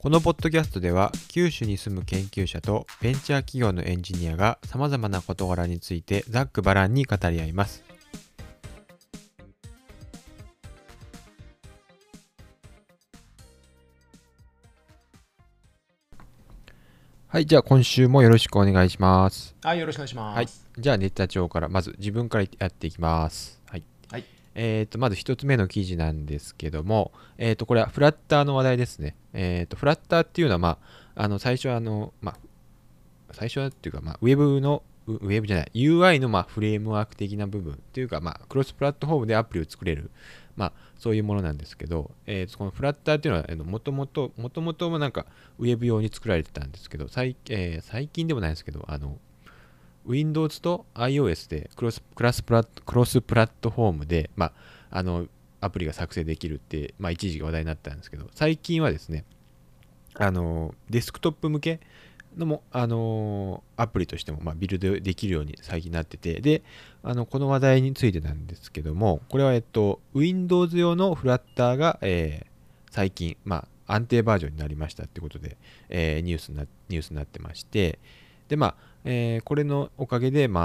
このポッドキャストでは九州に住む研究者とベンチャー企業のエンジニアがさまざまな事柄についてざっくばらんに語り合います。はい、じゃあ今週もよろしくお願いします。 はい、よろしくお願いします。 はい、じゃあネタ帳からまず自分からやっていきます。はい。 はいまず一つ目の記事なんですけども、これはフラッターの話題ですね。フラッターっていうのは、最初は最初はっていうか、ウェブの、ウェブじゃない、UI のフレームワーク的な部分っていうか、クロスプラットフォームでアプリを作れる、そういうものなんですけど、このフラッターっていうのは、もともとなんかウェブ用に作られてたんですけど、最近でもないですけど、Windows と iOS でクロスプラットフォームで、アプリが作成できるって、一時が話題になったんですけど、最近はですね、デスクトップ向けのも、アプリとしても、ビルドできるように最近なってて、で、この話題についてなんですけども、これは、Windows 用のフラッターが、最近、安定バージョンになりましたってことで、ニュースになってまして、で、これのおかげで、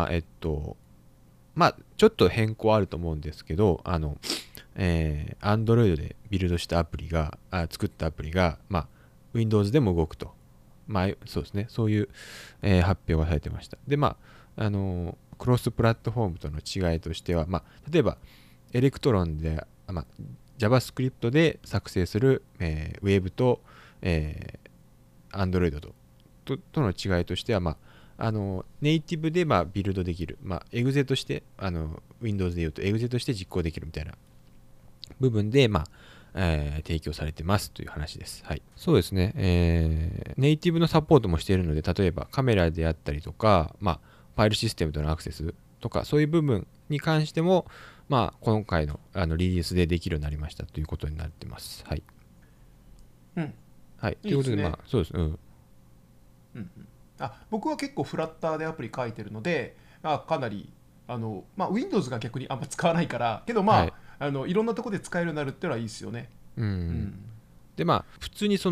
ちょっと変更あると思うんですけど、Android でビルドしたアプリが、作ったアプリが、Windows でも動くと。そうですね。そういう、発表がされてました。で、クロスプラットフォームとの違いとしては、例えば、エレクトロンで、JavaScript で作成する、Web と、Android との違いとしては、ネイティブでビルドできる、エグゼとして、Windows で言うとエグゼとして実行できるみたいな部分で、提供されてますという話です。はい。そうですね。ネイティブのサポートもしているので、例えばカメラであったりとか、ファイルシステムとのアクセスとか、そういう部分に関しても、今回の、リリースでできるようになりましたということになってます。はい。 うん。 はい。といいですね。 いうことで、そうです。うん。 うんうん。僕は結構フラッターでアプリ書いてるので、かなりWindows が逆にあんま使わないから、けどはい。 いろんなところで使えるようになるっていうのはいいですよね。 うん。 うん。 で、普通に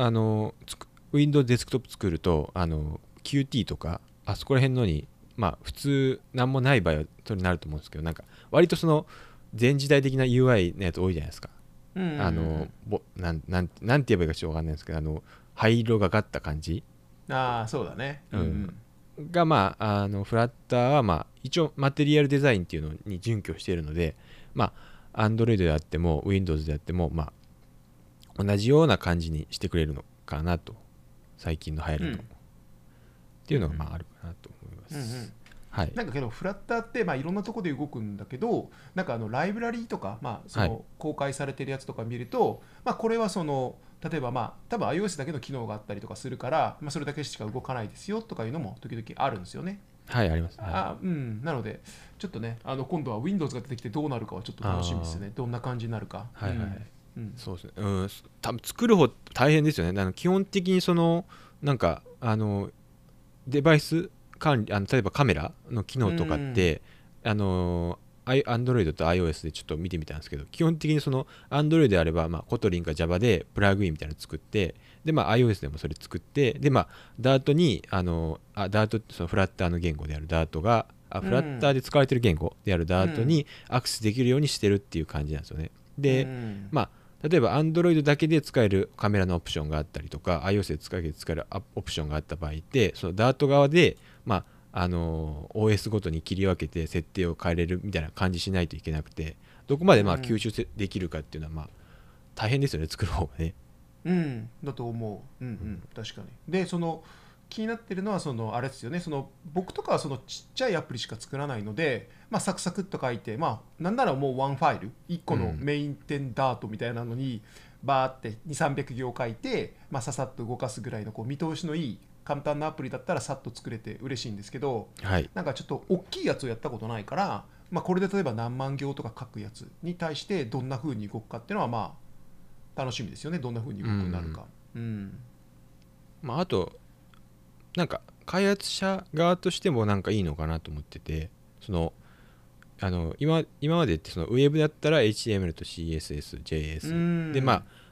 Windows デスクトップ作ると、Qt とか、あそこら辺のに、普通、なんもない場合は、それになると思うんですけど、なんか、割と前時代的な UI のやつ多いじゃないですか。 うんうんなんて言えばいいかちょっとわかんないですけど、灰色がかった感じ、 うん。ああ、そうだね。うんううん、 ん。 が、フラッターは、一応、マテリアルデザインっていうのに準拠しているので、Android であっても、Windows であっても、同じような感じにしてくれるのかなと、最近の流行りのっうんていうのがあるかなと思いまうんうん。 す。はい。 なんかけどフラッターっていろんなところで動くんだけど、なんかライブラリーとか、そはい。 の公開されてるやつとか見ると、これはその例えば多分 iOS だけの機能があったりとかするから、それだけしか動かないですよとかいうのも時々あるんですよね。 はい、あります。はい。 うん、なのでちょっとね、今度は Windows が出てきてどうなるかはちょっと楽しみですよあね。どんな感じになるか。 あ、はいはい。 うんそうですね。うん、多分作る方大変ですよね。基本的になんか、デバイス管理、例えばカメラの機う能とかっんて、Android と iOS でちょっと見てみたんですけど、基本的にAndroid であれば、コトリンか Java でプラグインみたいなの作って、で、iOS でもそれ作って、で、Dart に、Dart ってそのフラッターの言語である Dart が、 うフラッターんで使われてる言語であるう Dart んにアクセスできるようにしてるっていう感じなんですよね。 うで、 ん例えば Android だけで使えるカメラのオプションがあったりとか iOS で使えるオプションがあった場合ってその Dart 側で、OS ごとに切り分けて設定を変えれるみたいな感じしないといけなくてどこまで吸収できるかっていうのは大変ですよね、作る方がね。 だと思う。 うん。 確かに。で、気になってるのはあれですよね。僕とかはちっちゃいアプリしか作らないので、サクサクっと書いて、なんならもうワンファイル、1個のうん。 メイン点ダートみたいなのにバーって2、300行書いて、ささっと動かすぐらいの見通しのいい簡単なアプリだったらさっと作れて嬉しいんですけど、 はい。 なんかちょっと大きいやつをやったことないから、これで例えば何万行とか書くやつに対してどんな風に動くかっていうのは楽しみですよね。どんな風にう動くようになるん。 か。うん。 あとなんか開発者側としてもなんかいいのかなと思ってて、その今までってウェブだったら HTML と CSS、 う JS で、 ん。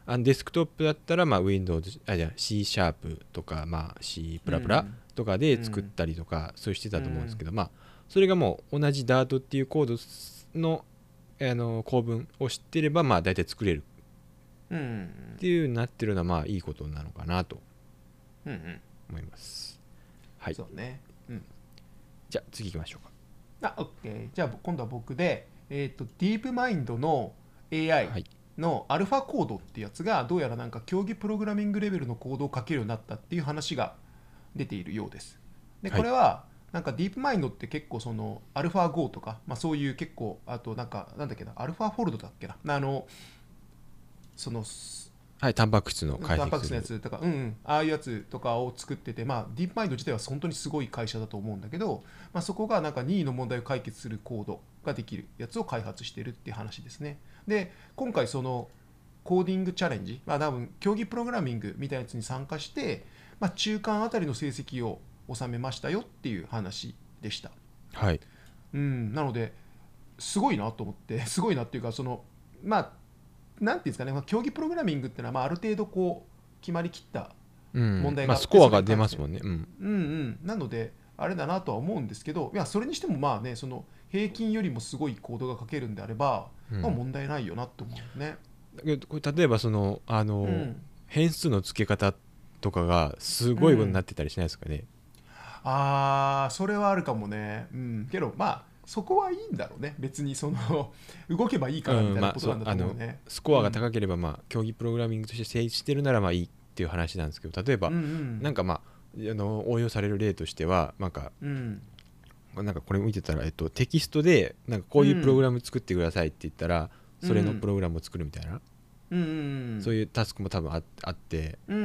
デスクトップだったら、まあ、Windows、じゃあ C シャープとか、まあ、C++ とかで作ったりとか、そういうしてたと思うんですけど、まあ、それがもう同じ Dart っていうコードの、構文を知っていれば、まあ、大体作れるっていうなってるのは、まあ、いいことなのかなと思います。はい。 そうね。 じゃあ次行きましょうか。 OK。じゃあ今度は僕で、ディープマインドのは AI い。 のアルファコードってやつがどうやらなんか競技プログラミングレベルのコードを書けるようになったっていう話が出ているようです。で、 はい。 これはなんかディープマインドって結構そのアルファ Go とか、まあ、そういう結構あとなんかなんだっけなアルファフォールドだっけなそのはい。タンパク質の解タンパク析する。 質のやつとか、ああいうやつとかを作ってて、まあ、ディープマインド自体は本当にすごい会社だと思うんだけど、まあ、そこがなんか任意の問題を解決するコードができるやつを開発してるっていう話ですね。で、今回そのコーディングチャレンジ、まあ、多分競技プログラミングみたいなやつに参加して、まあ、中間あたりの成績を収めましたよっていう話でした。 はい。 なのですごいなと思って、すごいなっていうか、まあ、なんていうんですかね、まあ競技プログラミングっていうのは、まあ、ある程度こう決まりきったうん。まあ、 問題があって、 スコアがそれに関して、 出ますもんね。うん。 なので、あれだなとは思うんですけど、いや、それにしてもまあね、その平均よりもすごいコードが書けるんであれば、まあ、 うん。 問題ないよなと思うね。 だけどこれ例えばうん、 変数の付け方とかがすごいことになうん。 ってたりしないですかね。 それはあるかもね。けど、まあ、そこはいいんだろうね。別に、動けばいいからみうん。 たいなまあ、 ことなんだと思うね。 スコアが高ければ、まあ、競技プログラミングとして成立してるならまあいいっていう話なんですけど、例えば、 うん、 なんかまあ、応用される例としては、 うん、 なんかこれ見てたら、テキストで、なんかこういうプログうん、 ラム作ってくださいって言ったら、それのプうん、 ログラムを作るみたいな、 うん、うん、 そういうタスクも多分あって、 うん、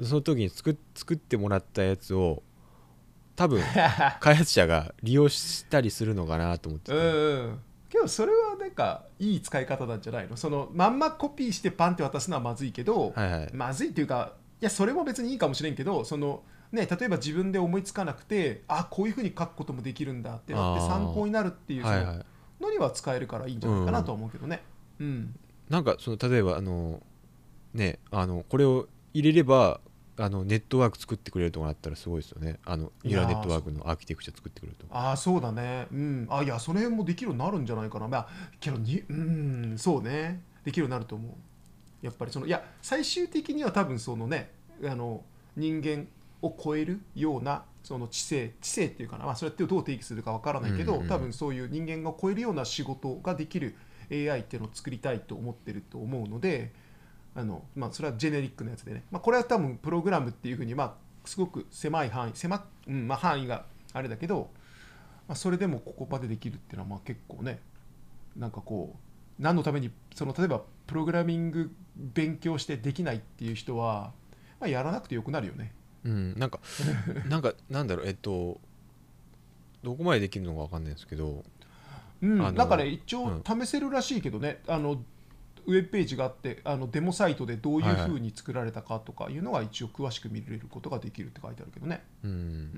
その時に作ってもらったやつを、多分開発者が利用したりするのかなと思ってうんて。 うん。けどそれはなんかいい使い方なんじゃないの？まんまコピーしてパンって渡すのはまずいけど、 はいはい。 まずいっていうか、いやそれも別にいいかもしれんけど、ね、例えば自分で思いつかなくて、こういうふうに書くこともできるんだってなって参あ考になるっていうあ、はいはい。 のには使えるからいいんじゃないかなとは思うけどね。うん。 なんか例えばね、これを入れればネットワーク作ってくれるとかなったらすごいですよね。 いニューラルネッやーそうトワークのアーキテクチャ作ってくれると。 そうだね。いやその辺もできるようになるんじゃないかな。まあけどそうね。できるようになると思う。やっぱりいや最終的には多分ね人間を超えるような知性っていうかな、まあ、それってどう定義するかわからうんうないけど、多ん分そういう人間が超えるような仕事ができる AI っていうのを作りたいと思ってると思うので、まあ、それはジェネリックなやつでね、まあ、これは多分プログラムっていうふうに、まあ、すごく狭い範囲まあ、範囲があれだけど、まあ、それでもここまでできるっていうのはまあ結構ね、なんかこう何のために例えばプログラミング勉強してできないっていう人は、まあ、やらなくてよくなるよね。 うん。なんかなんだろうどこまでできるのかわかんないんですけど、 なんかね一応うん。 試せるらしいけどね、ウェブページがあってデモサイトでどういうはいはい。 風に作られたかとかいうのは一応詳しく見れることができるって書いてあるけどね。 うん。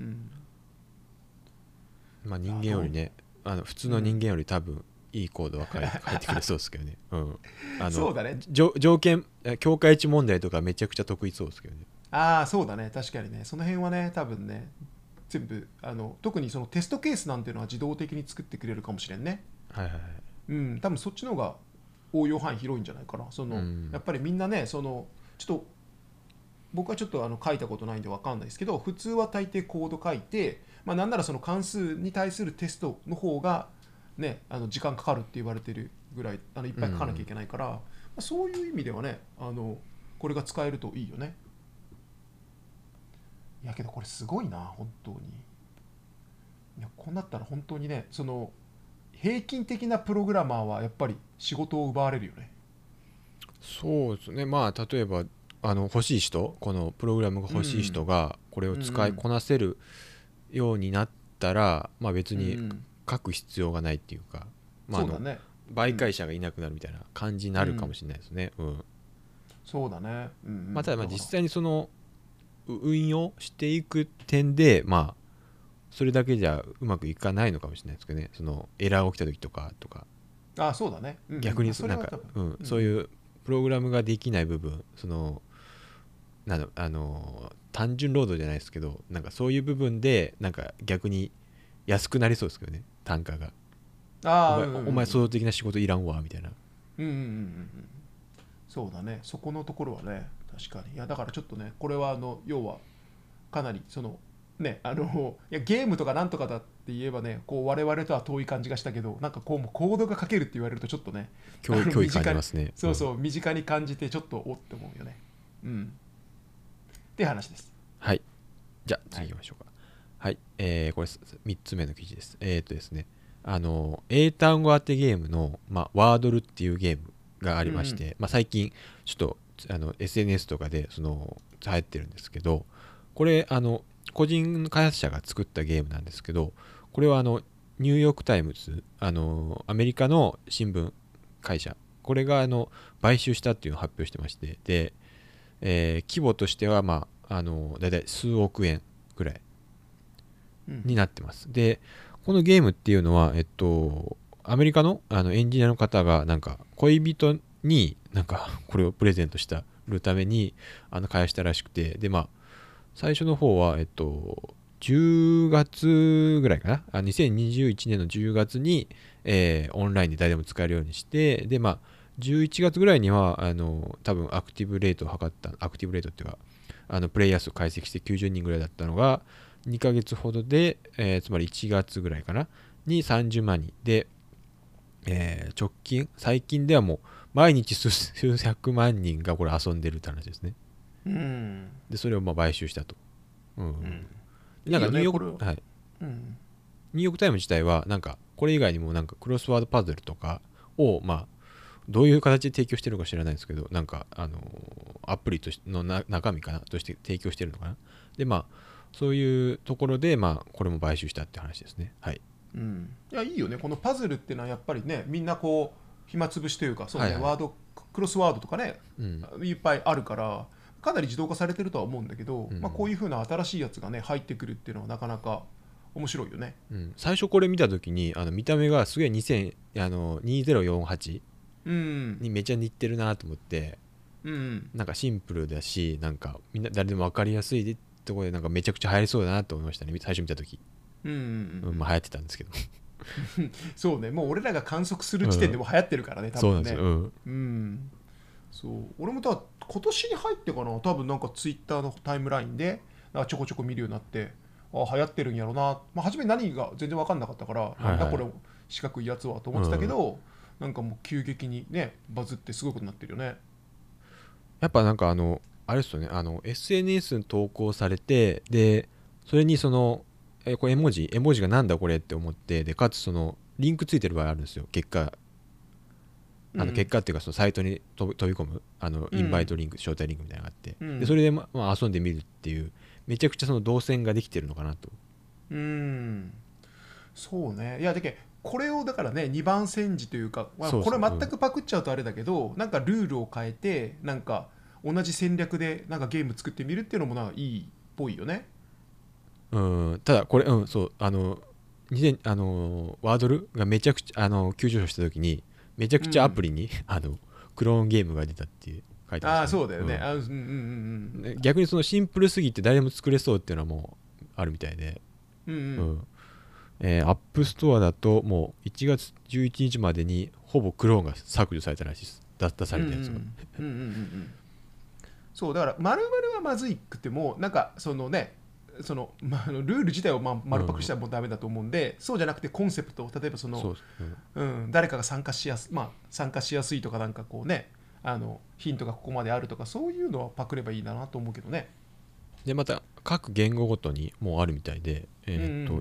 うん、 まあ人間あどうよりね、普通の人うん、 間より多分いいコードは書いてくれそうですけどね。うん。 そうだね。 条件、境界値問題とかめちゃくちゃ得意そうですけどね。 そうだね、確かにね、その辺はね多分ね全部特にそのテストケースなんていうのは自動的に作ってくれるかもしれんね。 はいはいはい。 多分そっちの方が応用範囲広いんじゃないかな。 うん。 やっぱりみんなねちょっと僕はちょっと書いたことないんで分かんないですけど、普通は大抵コード書いて、まあ、なんならその関数に対するテストの方がね時間かかるって言われてるぐらいいっぱい書かなきゃいうん。 けないから、まあ、そういう意味ではねこれが使えるといいよね。いやけどこれすごいな本当に。いやこうなったら本当にね平均的なプログラマーはやっぱり仕事を奪われるよね。 そうですね。まあ例えば欲しい人、このプログラムが欲しい人うんがこれをうんう使いんこなせるようになったら、まあ別うんうにん。 書く必要がないっていうか、まあそうだね。うん媒介者がいなくなるみたいな感じになるかもうん。 しれないですね。うん。 そうだね。 まあただまあだから実際に運用していく点で、まあそれだけじゃうまくいかないのかもしれないですけどね。エラーが起きた時とか、 そうだね。 逆にまあ、それは多分そういうプログラムができない部分、単純労働じゃないですけど、なんかそういう部分でなんか逆に安くなりそうですけどね、単価が。 ああ、うんうんうお前創ん造的な仕事いらんわみたいな。 うんうんうんうん。そうだね、そこのところはね、確かに。いや、だからちょっとね、これは要は、かなり、ね、いや、ゲームとかなんとかだって言えばね、こう、我々とは遠い感じがしたけど、なんかこう、もうコードが書けるって言われると、ちょっとね、 脅威感身近に、 じますね。うん。 そうそう、身近に感じて、ちょっとおって思うよね。うん。っていう話です。 はい。じゃあはい。 次行きましょうか。はい。これ3つ目の記事です。ですね、英単語当てゲームの、ワードルっていうゲームがあうんうん。 りまして、最近、ちょっと、SNS とかで、流行ってるんですけど、これ、個人開発者が作ったゲームなんですけど、これは、ニューヨークタイムズ、アメリカの新聞会社、これが、買収したっていうのを発表してまして、で、規模としては、だいたい数億円ぐらいうんうん。 になってます。で、このゲームっていうのは、アメリカの、エンジニアの方が、なんか、恋人に、なんか、これをプレゼントしたるために、開発したらしくて、で、最初の方は、10月ぐらいかな、2021年の10月に、オンラインで誰でも使えるようにして、で、11月ぐらいには、多分アクティブレートを測った、アクティブレートっていうか、プレイヤー数を解析して90人ぐらいだったのが、2ヶ月ほどで、つまり1月ぐらいかな、に30万人で、直近、最近ではもう、毎日数百万人がこれ遊んでるって話ですね。 うん。 で、それを買収したと。うん。 うん。 で、なんかいいよね、これは。 はい、 うん。 ニューヨークタイム自体は、なんか、これ以外にも、なんか、クロスワードパズルとかを、どういう形で提供してるのか知らないんですけど、なんか、アプリとしての中身かなとして提供してるのかな。で、そういうところで、これも買収したって話ですね。はい。 うん。いや、いいよね。このパズルっていうのはやっぱりね、みんなこう、暇つぶしというか、そうね、 はいはい。 クロスワードとかね、 うん。 いっぱいあるから、かなり自動化されてるとは思うんだけど、こううん。 いう風な新しいやつがね、入ってくるっていうのはなかなか面白いよね。 うん。最初これ見たときに、見た目がすげえ2000、2048 うん。 にめちゃ似てるなと思って、 うん。 なんかシンプルだし、なんかみんな誰でも分かりやすいでところで、なんかめちゃくちゃ流行りそうだなと思いましたね。最初見たとき。 うん。うん。うん。 流行ってたんですけど。 そうね、もう俺らが観測する時点でうん。 もう流行ってるからね、多そうなんですよ。 分ね。 うん。 うん。そう。俺も今年に入ってかな、多分なんかツイッターのタイムラインで、なんかちょこちょこ見るようになって、あ、流行ってるんやろな。初め何が全然分かんなかったから、なんだこれはいはい。 四角いやつはと思ってたけうん。 ど、なんかもう急激にね、バズってすごいことになってるよね。 やっぱなんかあれですよね、SNS に投稿されて、で、それにこれ絵文字がなんだこれって思って、で、かつリンクついてる場合あるんですよ、結果。結うん。 果っていうか、そのサイトに飛び込む、インバイうん。 トリンク、招待リンクみたいなのがあって、で、そうん。 れで、遊んでみるっていう、めちゃくちゃその動線ができてるのかなと。 うん。そうね。いや、これをだからね、二番煎じというか、これそうですね、うん。 全くパクっちゃうとあれだけど、なんかルールを変えて、なんか同じ戦略でなんかゲーム作ってみるっていうのもなんかいいっぽいよね。 うん、ただこれ、うん、そう、2000ワードルがめちゃくちゃ、急上昇した時に、めちゃくちゃアうん。 プリに、クローンゲームが出たっていう書いてましああ、 たね。 そうだよね。 うん。 うんうんうんね、逆にそのシンプルすぎて誰でも作れそうっていうのはもうあるみたいで、 うん。うんうん。 うん。アップストアだともう1月11日までにほぼクローンが削除されたらしいです。出さうんうれたやつは。 ん。うんうんうんうん。そう、だから、丸々はまずいくても、なんか、そのね、ルール自体を丸パクしたうん。 らもうダメだと思うんで、そうじゃなくてコンセプト、例えばそうです。うん。 うん、誰かが参加しやすいとかなんかこうね、ヒントがここまであるとか、そういうのはパクればいいなと思うけどね。 で、また各言語ごとにもうあるみたいで、 うんうん。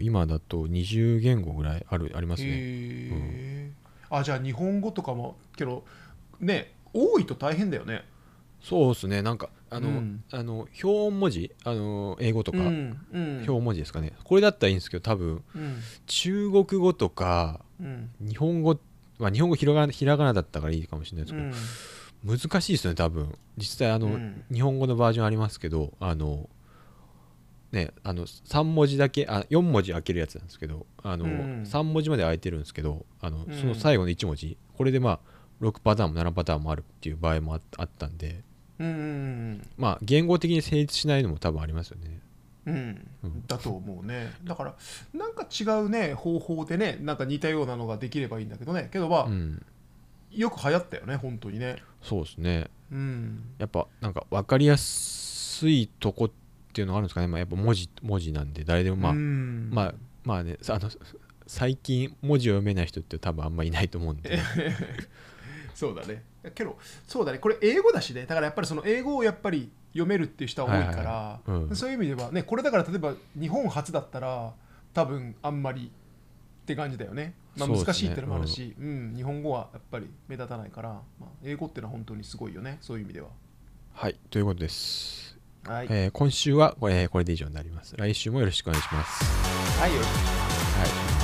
今だと20言語ぐらいありますね。うん。 へえ。あ、じゃあ日本語とかも、けど、ね、多いと大変だよね。 そうですね。なんか、 うん。 表文字、英語とうか、 ん。うん。 表文字ですかね。これだったらいいんですけど、多分、 うん。 中国語とか、 うん。 日本語、日本語ひらがなだったからいいかもしれないですけど、 うん。 難しいですよね、多分。実際、 うん。 日本語のバージョンありますけど、3文字だけ、4文字開けるやつなんですけど、 うん。 3文字まで開いてるんですけど、そのうん。 最後の1文字、これで 6パターンも7パターンもあるっていう場合もあったんで、 うんうんまあ言語的に成立しないのも多分ありますよね。 うんうんうんだと思うね。だからなんか違うね方法でねなんか似たようなのができればいいんだけどね。けどまあ、 うん、 よく流行ったよね本当にね。 そうですね。 うんやっぱなんか分かりやすいとこっていうのがあるんですかね。まあ、やっぱ文字なんで誰でもうまあんまあね、最近文字を読めない人って多分あんまいないと思うんで。 そうだね。けどそうだねこれ英語だしね。だからやっぱりその英語をやっぱり読めるっていう人は多いかはいはいはら、 い、うん、 そういう意味ではねこれだから例えば日本初だったら多分あんまりって感じだよね。まあ、 そうですね。 難しいってのもあるし、うん日本語はやっぱり目立たないから、まあ、英語ってのは本当にすごいよねそういう意味では。 はい、ということです。 はい、 今週はこれで以上になります。来週もよろしくお願いします。 はい、よろしくお願いします。 はい。